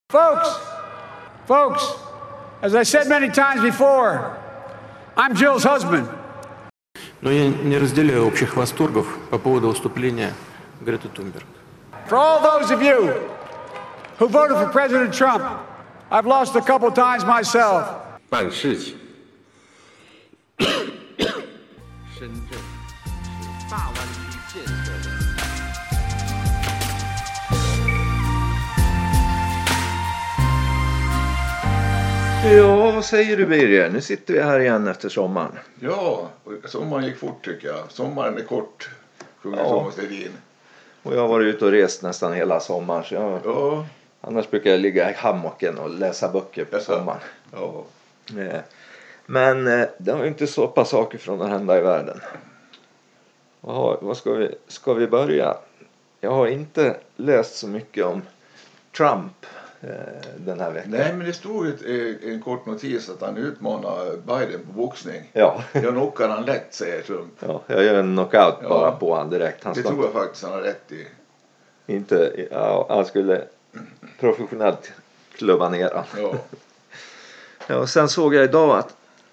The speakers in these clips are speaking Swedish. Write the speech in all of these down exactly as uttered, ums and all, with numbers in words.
Folks, folks, as I said many times before, I'm Jill's husband. Но я не разделяю общих восторгов по поводу выступления Греты Тунберг. For all those of you who voted for President Trump, I've lost a couple times myself. 办事情，深圳是大湾区建设的。 Ja, vad säger du Birger? Nu sitter vi här igen efter sommaren. Ja, sommaren gick fort tycker jag. Sommaren är kort, sjunger Ja. Thomas Ledin. Och jag har varit ute och rest nästan hela sommaren. Så jag, Ja, annars brukar jag ligga i hammocken och läsa böcker på Jaså? sommaren. ja. Eh, Men eh, det har ju inte stoppat saker från att hända i världen. Jaha, vad ska vi, ska vi börja? Jag har inte läst så mycket om Trump eh, den här veckan. Nej, men det stod ett, eh, en kort notis att han utmanar Biden på boxning. Ja, Jag knockar han lätt, säger Trump. ja, jag gör en knockout Ja. bara på han direkt. Han Det ska tror jag faktiskt han har rätt i. inte, ja, han skulle professionellt klubba ner han. Ja, Ja, och sen såg jag idag att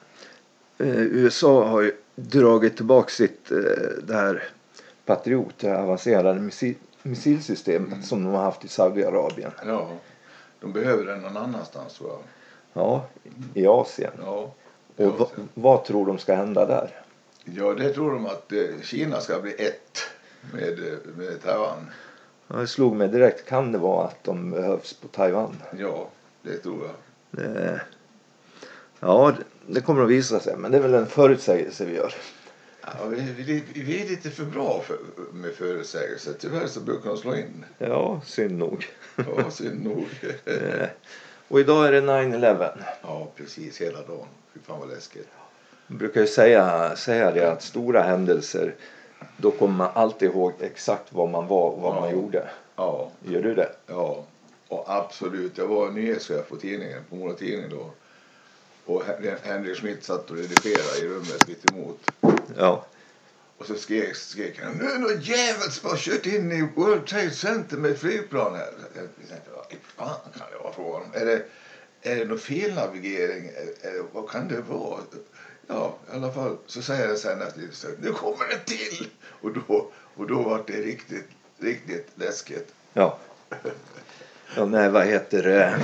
eh, U S A har ju dragit tillbaka sitt eh, det här Patriot, det här avancerade missil, missilsystemet Mm. som de har haft i Saudiarabien. ja. De behöver den någon annanstans, tror jag. Ja, i Asien. Ja, Och va, vad tror de ska hända där? ja det tror de att eh, Kina ska bli ett med, eh, med Taiwan. Ja, det slog mig direkt, kan det vara att de behövs på Taiwan? Ja, det tror jag. Det, ja, det, det kommer att visa sig, men det är väl en förutsägelse vi gör. Ja, vi, vi, vi är lite för bra för, med förutsägelser. Tyvärr så brukar de slå in. Ja, synd nog. Ja, synd nog. Eh, och idag är det nine eleven. Ja, precis. Hela dagen. Fy fan vad läskigt. Jag brukar ju säga, säga det att stora händelser, då kommer man alltid ihåg exakt vad man var och vad Ja. man gjorde. Ja, Gör du det? ja. Och absolut. Jag var nyhetschef på tidningen, på Mora Tidning då. Och Hen- Henrik Schmidt satt och redigerade i rummet mitt emot. Ja. Och så skrek, skrek han, nu är det någon jävel som har kört in i World Trade Center med ett flygplan här. Jag tänkte, vad fan kan det vara frågan om? Är det, är det någon felnavigering? Är, är, vad kan det vara? Ja, i alla fall så säger jag sen att nu kommer det till. Och då, och då var det riktigt, riktigt läskigt. Ja. Ja, nej, vad heter det?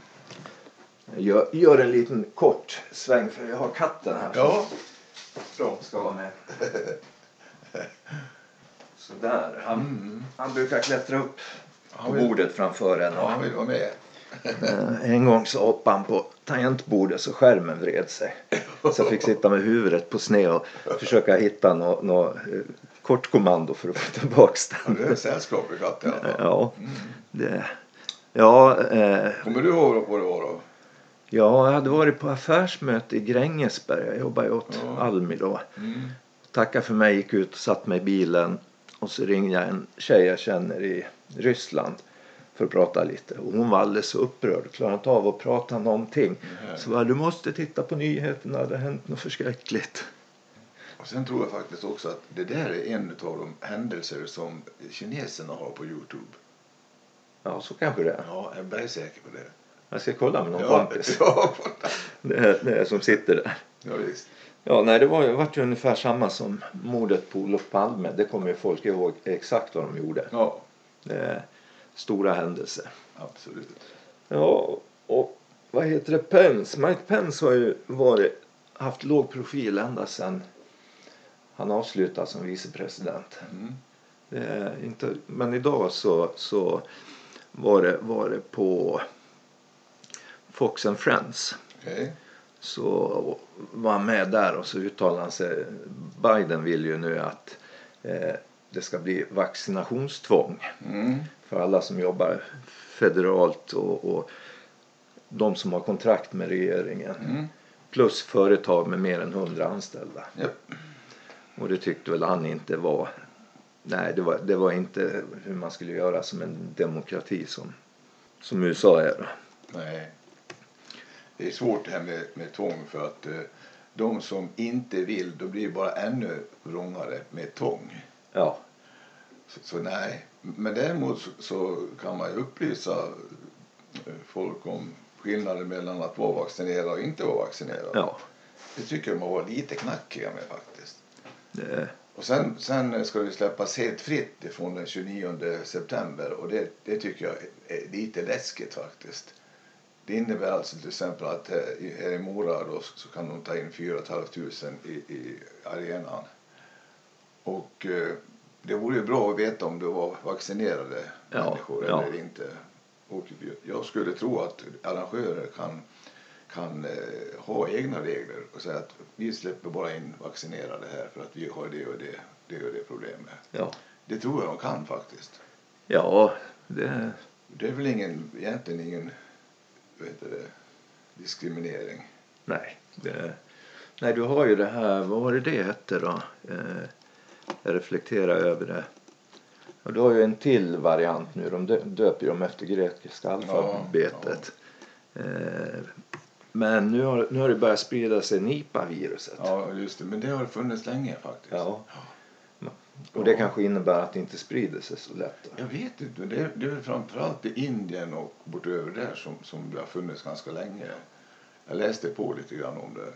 Jag gör en liten kort sväng för jag har katten här. Ja, Som ska vara med. Sådär. Han, Mm. han brukar klättra upp på Han vill- bordet framför en. ja, han vill vara med. Eh, En gång så hoppade han på tangentbordet så skärmen vred sig. Så jag fick sitta med huvudet på sned och försöka hitta något nå, eh, kortkommando för att få tillbaka Ja, det den. är sällskap i katten i alla fall. Ja, det, ja, eh, Kommer du ihåg vad det var då? ja, jag hade varit på affärsmöte i Grängesberg. Jag jobbade ju åt Ja. Almi då. Mm. Tacka för mig, gick ut och satt mig i bilen. Och så ringde jag en tjej jag känner i Ryssland för att prata lite. Och hon var alldeles så upprörd. Klarade inte av att prata någonting. Nej. Så bara, du måste titta på nyheterna. Det har hänt något förskräckligt. Och sen tror jag faktiskt också att det där är en av de händelser som kineserna har på YouTube. Ja, så kanske det är. Ja, jag är bergsäker på det. Jag ska kolla med någon Ja, kompis. ja, Det är, det är som sitter där. ja visst. Ja, nej, det var ju, vart ju ungefär samma som mordet på Olof Palme. Det kommer ju folk ihåg exakt vad de gjorde. Ja, Det är stora händelser. absolut. Ja, och vad heter det? Pence. Mike Pence har ju varit, haft låg profil ända sedan han avslutade som vicepresident. Mm. Det är inte, men idag så, så var, det, var det på Fox and Friends. Okej. Så var han med där och så uttalade han sig. Biden vill ju nu att eh, det ska bli vaccinationstvång Mm. för alla som jobbar federalt och, och de som har kontrakt med regeringen. Mm. Plus företag med mer än hundra anställda. Japp. Och det tyckte väl han inte var... Nej, det var, det var inte hur man skulle göra som en demokrati som, som U S A är. Då. Nej. Det är svårt det här med, med tvång för att eh, de som inte vill, då blir det bara ännu vrångare med tvång. Ja, Så, så nej. Men däremot så, så kan man ju upplysa folk om skillnaden mellan att vara vaccinerad och inte vara vaccinerad. Ja. Det tycker de har varit lite knackiga med faktiskt. Det... Och sen, sen ska det släppas helt fritt från den tjugonionde september och det, det tycker jag är lite läskigt faktiskt. Det innebär alltså till exempel att här i Mora då, så kan de ta in fyra tusen fem hundra i, i arenan. Och eh, det vore ju bra att veta om det var vaccinerade ja, människor ja. eller inte. Och jag skulle tro att arrangörer kan, kan eh, ha egna regler och säga att vi släpper bara in vaccinerade här för att vi har det och det, det och det problemet. Ja. Det tror jag de kan faktiskt. Ja, det... Det är väl ingen, egentligen ingen vet det, diskriminering. Nej, det... Nej, du har ju det här, vad var det det hette då? Eh, jag reflekterar över det. Och du har ju en till variant nu, de dö- döper dem efter grekiska alfabetet. Ja, ja. Eh, men nu har, nu har det börjat sprida sig Nipah-viruset. Ja, just det, men det har funnits länge faktiskt. Ja. Och det kanske innebär att det inte sprider sig så lätt. Då. Jag vet inte, det är, det är framförallt i Indien och bortöver där som, som det har funnits ganska länge. Jag läste på lite grann om det.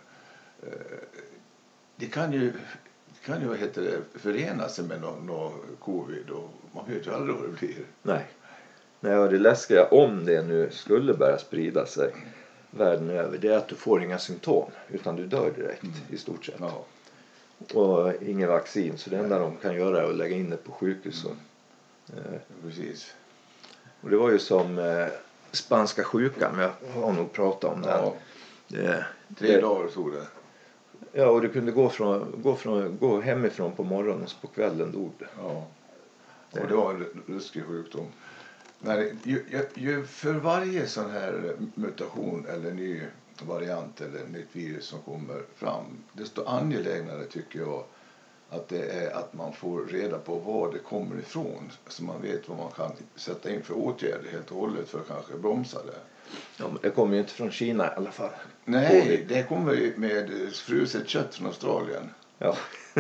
Det kan ju, det kan ju vad heter det, förena sig med någon, någon covid och man vet ju aldrig vad det blir. Nej. Nej, och det läskiga om det nu skulle börja sprida sig världen över, det är att du får inga symptom utan du dör direkt mm. i stort sett. Ja. Och ingen vaccin, så det enda de kan göra är att lägga in det på sjukhus. Mm. Eh. Precis. Och det var ju som eh, spanska sjukan, jag har nog pratat om den. Ja. Eh, Tre det, dagar tog det. Ja, och du kunde gå, från, gå, från, gå hemifrån på morgonen och så på kvällen dog det. Ja, och det var en ruskig sjukdom. Men ju, ju för varje sån här mutation eller ny variant eller nytt virus som kommer fram, desto angelägnare tycker jag att det är att man får reda på var det kommer ifrån så man vet vad man kan sätta in för åtgärder helt och hållet för att kanske bromsa det. Ja, men det kommer ju inte från Kina i alla fall. Nej, Covid. det kommer med fruset kött från Australien. Ja.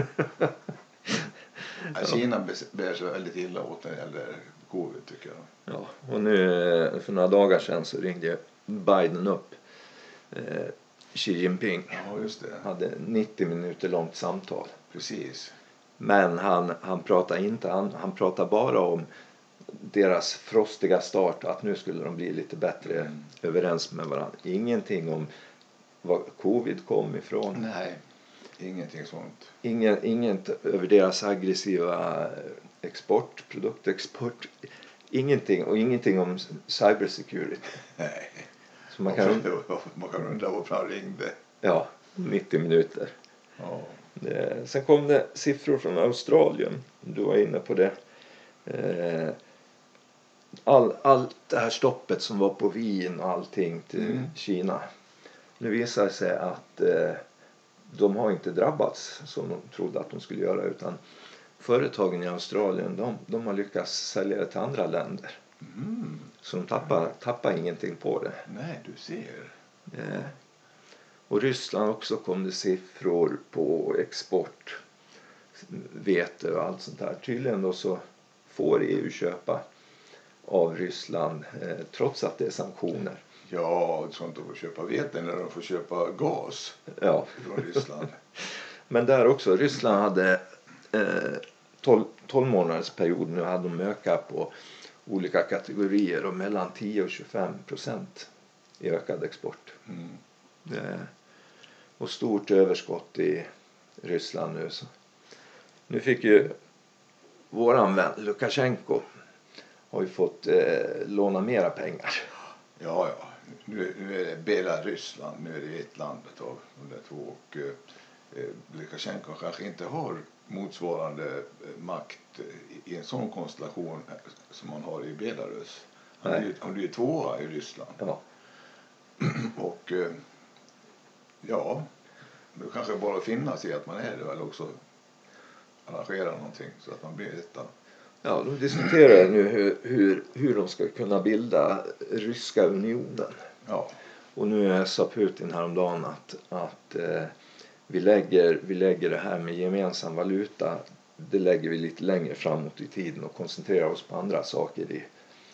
Ja, Kina bär sig väldigt illa åt när det gäller covid tycker jag. Ja, och nu för några dagar sedan så ringde Biden upp eh, Xi Jinping. Ja, just det. Hade nittio minuter långt samtal. Precis. Men han, han pratar inte, han, han pratar bara om deras frostiga start, att nu skulle de bli lite bättre mm. överens med varandra. Ingenting om var covid kom ifrån. Nej, ingenting sånt. Ingen, inget över deras aggressiva export, produktexport. Ingenting, och ingenting om cybersecurity. Nej. Så man kan, man kan undra varför han ringde. Ja, nittio minuter. Ja. Det, sen kom det siffror från Australien. Du var inne på det. Eh, all, allt det här stoppet som var på vin och allting till mm. Kina. Nu visar det sig att eh, de har inte drabbats som de trodde att de skulle göra, utan företagen i Australien de, de har lyckats sälja det till andra länder. Mm. Så de tappar, tappar ingenting på det. Nej, du ser. Eh, och Ryssland också kom det siffror på export, vete och allt sånt där. Tydligen då så får E U köpa av Ryssland eh, trots att det är sanktioner. Ja, sånt att få köpa vete när de får köpa gas ja. från Ryssland. Men där också, Ryssland hade eh, tolv månaders period. Nu hade de ökat på olika kategorier och mellan tio och tjugofem procent i ökad export. Mm. Det, och stort överskott i Ryssland nu. Så. Nu fick ju våran vän Lukasjenko har ju fått eh, låna mera pengar. Ja, ja. Nu, nu är det Belarusland, nu är det ett land av de där två. Och eh, Lukasjenko kanske inte har motsvarande eh, makt i, i en sån konstellation som man har i Belarus. Han är ju, han är ju tvåa i Ryssland. Ja. Och eh, ja, det kanske bara finnas i att man är det, eller också arrangera någonting så att man blir etta. Ja, de diskuterar nu hur, hur, hur de ska kunna bilda ryska unionen. Ja. Och nu sa Putin häromdagen att, att eh, vi, lägger, vi lägger det här med gemensam valuta, det lägger vi lite längre framåt i tiden och koncentrerar oss på andra saker i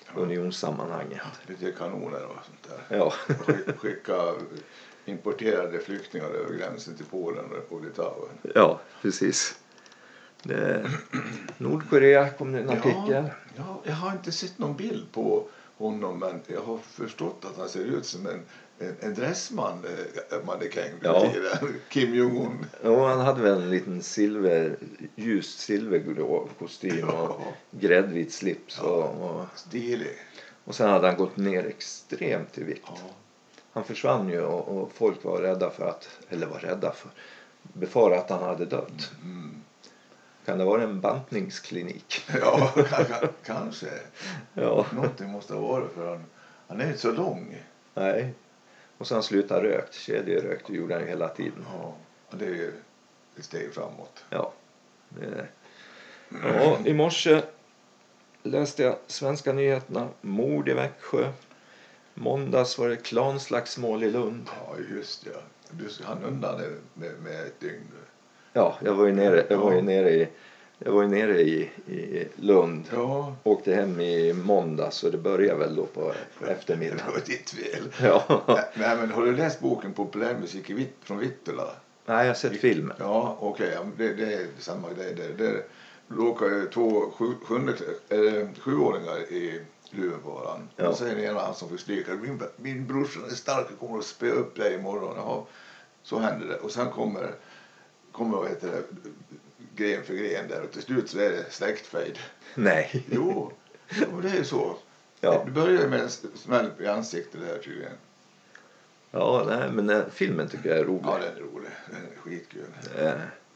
unionssammanhanget. Lite kanoner och sånt där. Ja. Skick- Skicka importerade flyktingar över gränsen till Polen och Litauen. Ja, precis. Det... Nordkorea kom det en artikel. Ja, ja, jag har inte sett någon bild på honom, men jag har förstått att han ser ut som en, en, en dressman, eh, mannekäng, Ja. Kim Jong-un. Ja, han hade väl en liten silver, ljust silvergrå kostym och gräddvit slips. Och, och, Stilig. och sen hade han gått ner extremt i vikt. Ja. Han försvann ju och, och folk var rädda för att, eller var rädda för, befarade att han hade dött. Mm. Kan det vara en bantningsklinik? Ja, k- kanske. Ja. Någonting måste ha varit, för han, han är inte så lång. Nej. Och sen slutade rökt, kedjerökt, det gjorde han ju hela tiden. Ja, och det är ju ett steg framåt. Ja. Det... ja, i morse läste jag svenska nyheterna, mord i Växjö. Måndags var det klanslagsmål i Lund. Ja, just ja. Du han undan det med, med ett dygn. Ja, jag var ju nere, jag var ju nere i jag var ju nere i, i Lund. Ja. Åkte hem i måndag, så det började väl då på, på eftermiddagen. Det var ditt fel. Ja. Nej, men har du läst boken Populärmusik i Vitt, från Vittula? Nej, jag har sett filmen. Ja, okej. Okay. Det, det är samma grej där. Där råkar två sju, sjunde, äh, sjuåringar i luven på varandra. Ja. Och så är det ena han som får stryka. Min, min brorsan är stark och kommer att spela upp dig imorgon. Jaha, så händer det. Och sen kommer, kommer vad heter det, gren för gren där. Och till slut så är det släktfejd. Nej. Jo, och det är så. Ja. Det börjar med en smäll i ansiktet där tydligen. Ja, nej, men den filmen tycker jag är rolig. Ja, den är rolig. Den är skitkul. Eh,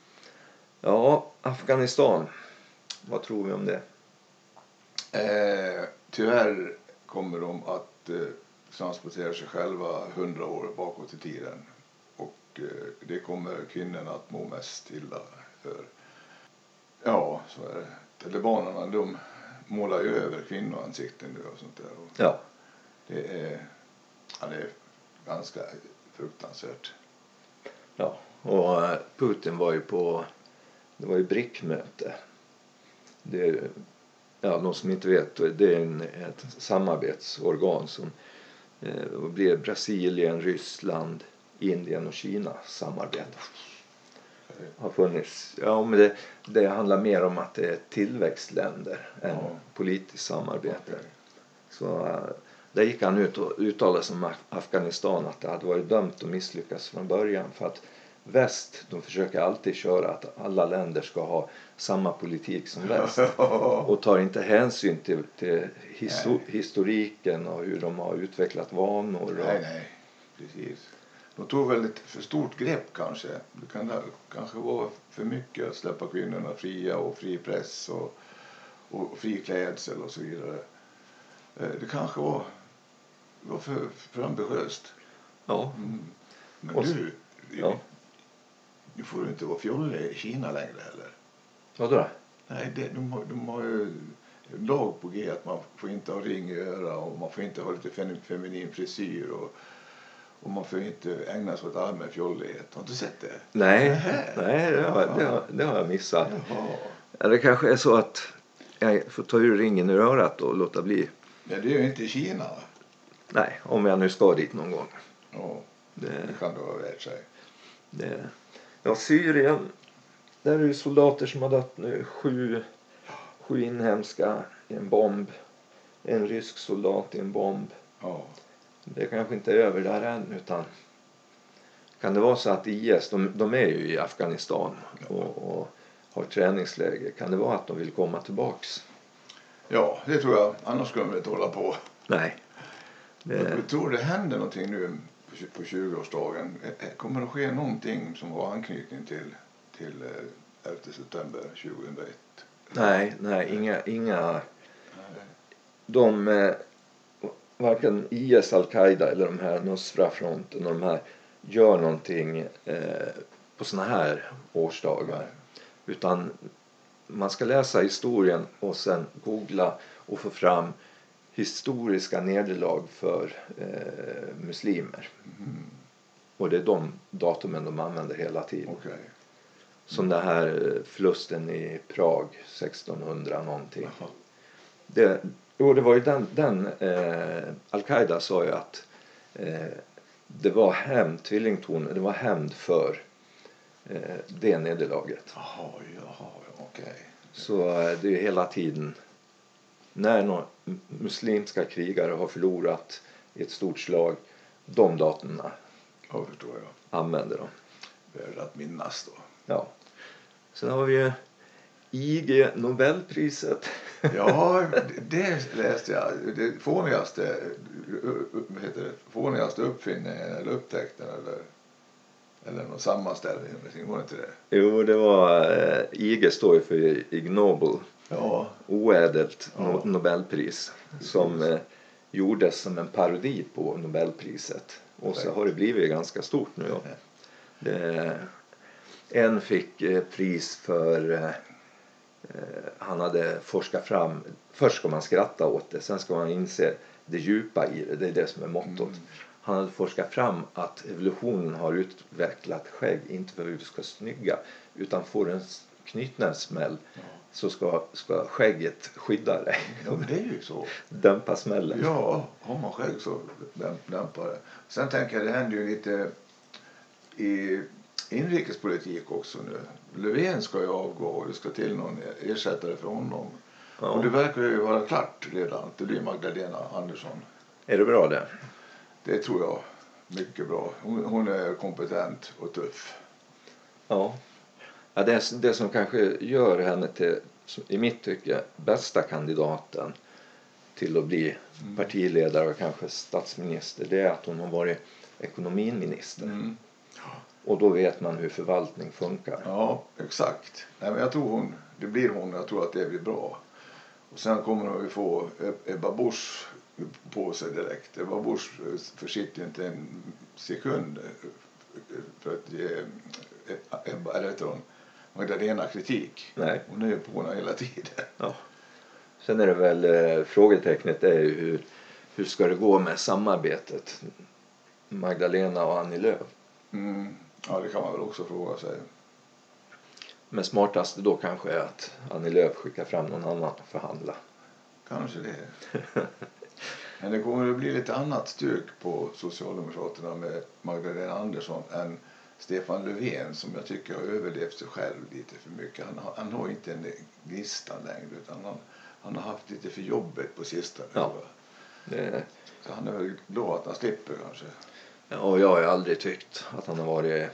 Ja, Afghanistan. Vad tror vi om det? Eh, tyvärr kommer de att eh, transportera sig själva hundra år bakåt i tiden. Och eh, det kommer kvinnorna att må mest illa för. Ja, så är det. Talibanerna, de målar ju över kvinnoansikten nu och sånt där. Och Ja. det är, ja, det är ganska fruktansvärt. Ja, och eh, Putin var ju på, det var ju BRIC-möte. Det är, ja, de som inte vet, det är en, ett samarbetsorgan som eh, blir Brasilien, Ryssland, Indien och Kina samarbetar. Har funnits. Ja, men det, det handlar mer om att det är tillväxtländer än Ja. politiskt samarbete. Okej. Så uh, där gick han ut och uttalade som Af- Afghanistan att det hade varit dömt att misslyckas från början, för att väst, de försöker alltid köra att alla länder ska ha samma politik som väst och tar inte hänsyn till, till histo- historiken och hur de har utvecklat vanor. Och, Nej, nej, precis. De tog väl ett för stort grepp kanske. Det kan kanske vara för mycket att släppa kvinnorna fria och fri press och, och fri klädsel och så vidare. Eh, Det kanske var, var för, för ambitiöst. ja, Mm. Men Och s- du, ja. nu får du inte vara fjolle i Kina längre heller. Vadå då? Nej, det, de, har, de har ju en lag på G att man får inte ha ring i öra och man får inte ha lite fem- feminin frisyr och, och man får inte ägna sig åt allmän fjollighet. Har du inte sett det? Nej, Nähä. nej det, har, det, har, det har jag missat. Jaha. Ja, det kanske är så att jag får ta ur ringen ur örat och låta bli. Nej, det är ju inte i Kina. Nej, om jag nu ska dit någon gång. Ja, Det, det kan det vara värt sig. det, ja, Syrien. Där är det soldater som har dött nu. Sju, sju inhemska i en bomb. En rysk soldat i en bomb. Ja, Det kanske inte är över där än, utan kan det vara så att I S, de, de är ju i Afghanistan och, och har träningsläger. Kan det vara att de vill komma tillbaks? ja, det tror jag. Annars skulle de inte hålla på. Nej. Det, Jag tror det händer någonting nu på tjugoårsdagen. Kommer det att ske någonting som har anknytning till, till elfte september tjugohundraett? nej, nej, inga, inga de, eh, varken I S, Al-Qaida eller de här Nusra-fronten och de här gör någonting eh, på såna här årsdagar. Utan man ska läsa historien och sen googla och få fram historiska nederlag för eh, muslimer. Mm. Och det är de datumen de använder hela tiden. Okej. Som det här eh, förlusten i Prag sextonhundra någonting. Jaha. Det, Jo, det var ju den, den eh, Al-Qaida sa ju att eh, det var hämnd, tvillingtorn, det var hämnd för eh, det nederlaget. Jaha, jaha, okej. Så eh, det är hela tiden när några muslimska krigare har förlorat i ett stort slag, de datorna Ja, förstår jag. använder de. Värd att minnas då. Ja. Sen har vi ju I G Nobelpriset. Ja, det läste jag. Det fånigaste, vad heter det, fånigaste uppfinningen eller upptäckten eller, eller någon sammanställning. Var det inte det? Jo, det var eh, I G står ju för ignoble, Ja. oädelt Ja. no- Nobelpris som eh, gjordes som en parodi på Nobelpriset. Och så har det blivit ganska stort nu då. Det, en fick eh, pris för eh, han hade forskat fram, först ska man skratta åt det, sen ska man inse det djupa i det, det är det som är mottot. Mm. Han hade forskat fram att evolutionen har utvecklat skägg, inte för att du ska snygga, utan får en knytnävssmäll ja. så ska, ska skägget skydda dig. Ja, men det är ju så. Dämpa smällen. Ja, har man skägg så dämpar det. Sen tänker jag, det händer ju lite i inrikespolitik också nu. Löfven ska ju avgå och det ska till någon ersättare för honom. Ja. Och det verkar ju vara klart redan. Det blir Magdalena Andersson. Är det bra det? Det tror jag. Mycket bra. Hon, hon är kompetent och tuff. Ja. Ja, det, det som kanske gör henne till, i mitt tycke, bästa kandidaten till att bli mm. partiledare och kanske statsminister, det är att hon har varit ekonomiminister. Mm. Och då vet man hur förvaltning funkar. Ja, exakt. Nej, men jag tror hon, det blir hon, jag tror att det blir bra. Och sen kommer hon ju få Ebba Busch på sig direkt. Ebba Busch försitter inte en sekund för att ge Ebba, eller heter hon, Magdalena kritik. Nej. Hon är ju på henne hela tiden. Ja. Sen är det väl eh, frågetecknet är ju hur, hur ska det gå med samarbetet Magdalena och Annie Lööf. Mm. Ja, det kan man väl också fråga sig. Men smartast då kanske är att Annie Lööf skickar fram någon annan att förhandla. Kanske det. Men det kommer att bli lite annat styrk på Socialdemokraterna med Magdalena Andersson än Stefan Löfven, som jag tycker har överlevt sig själv lite för mycket. Han har, han har inte en gnistan längre, utan han, han har haft lite för jobbet på sistone. Ja. Det... Så han är väl glad att han slipper kanske. Ja, och jag har ju aldrig tyckt att han har varit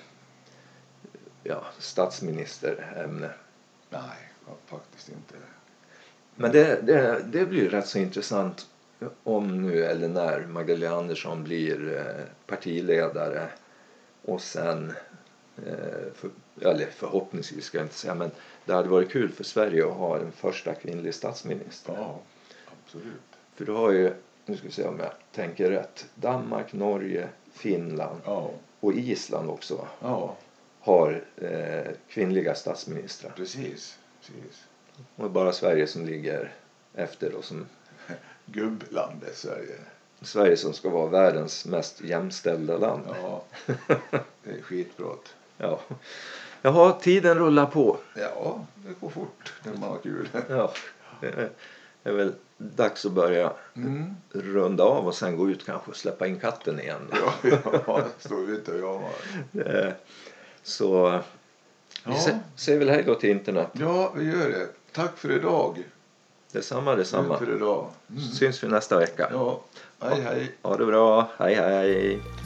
ja, statsministerämne. Nej, faktiskt inte. Men det, det, det blir rätt så intressant om nu eller när Magdalena Andersson blir partiledare och sen för, eller förhoppningsvis ska jag inte säga, men det hade varit kul för Sverige att ha en första kvinnlig statsminister. Ja, absolut. För du har ju, nu ska vi se om jag tänker rätt, Danmark, Norge, Finland ja. och Island också ja. har eh, kvinnliga statsministrar. Precis, precis. Och bara Sverige som ligger efter och som gubblandet Sverige. Sverige som ska vara världens mest jämställda land. Ja, det är skitbra. Ja. Jaha, tiden rullar på. Ja, det går fort. Det var kul. Ja, det är väl dags att börja mm. runda av och sen gå ut kanske och släppa in katten igen. Ja, ja, stå ute och jamar. Så vi ja. säger väl hej då till internet. Ja, vi gör det. Tack för idag. Detsamma, detsamma. Tack för idag. Mm. Syns vi nästa vecka. Ja, hej hej. Ha det bra. Hej hej.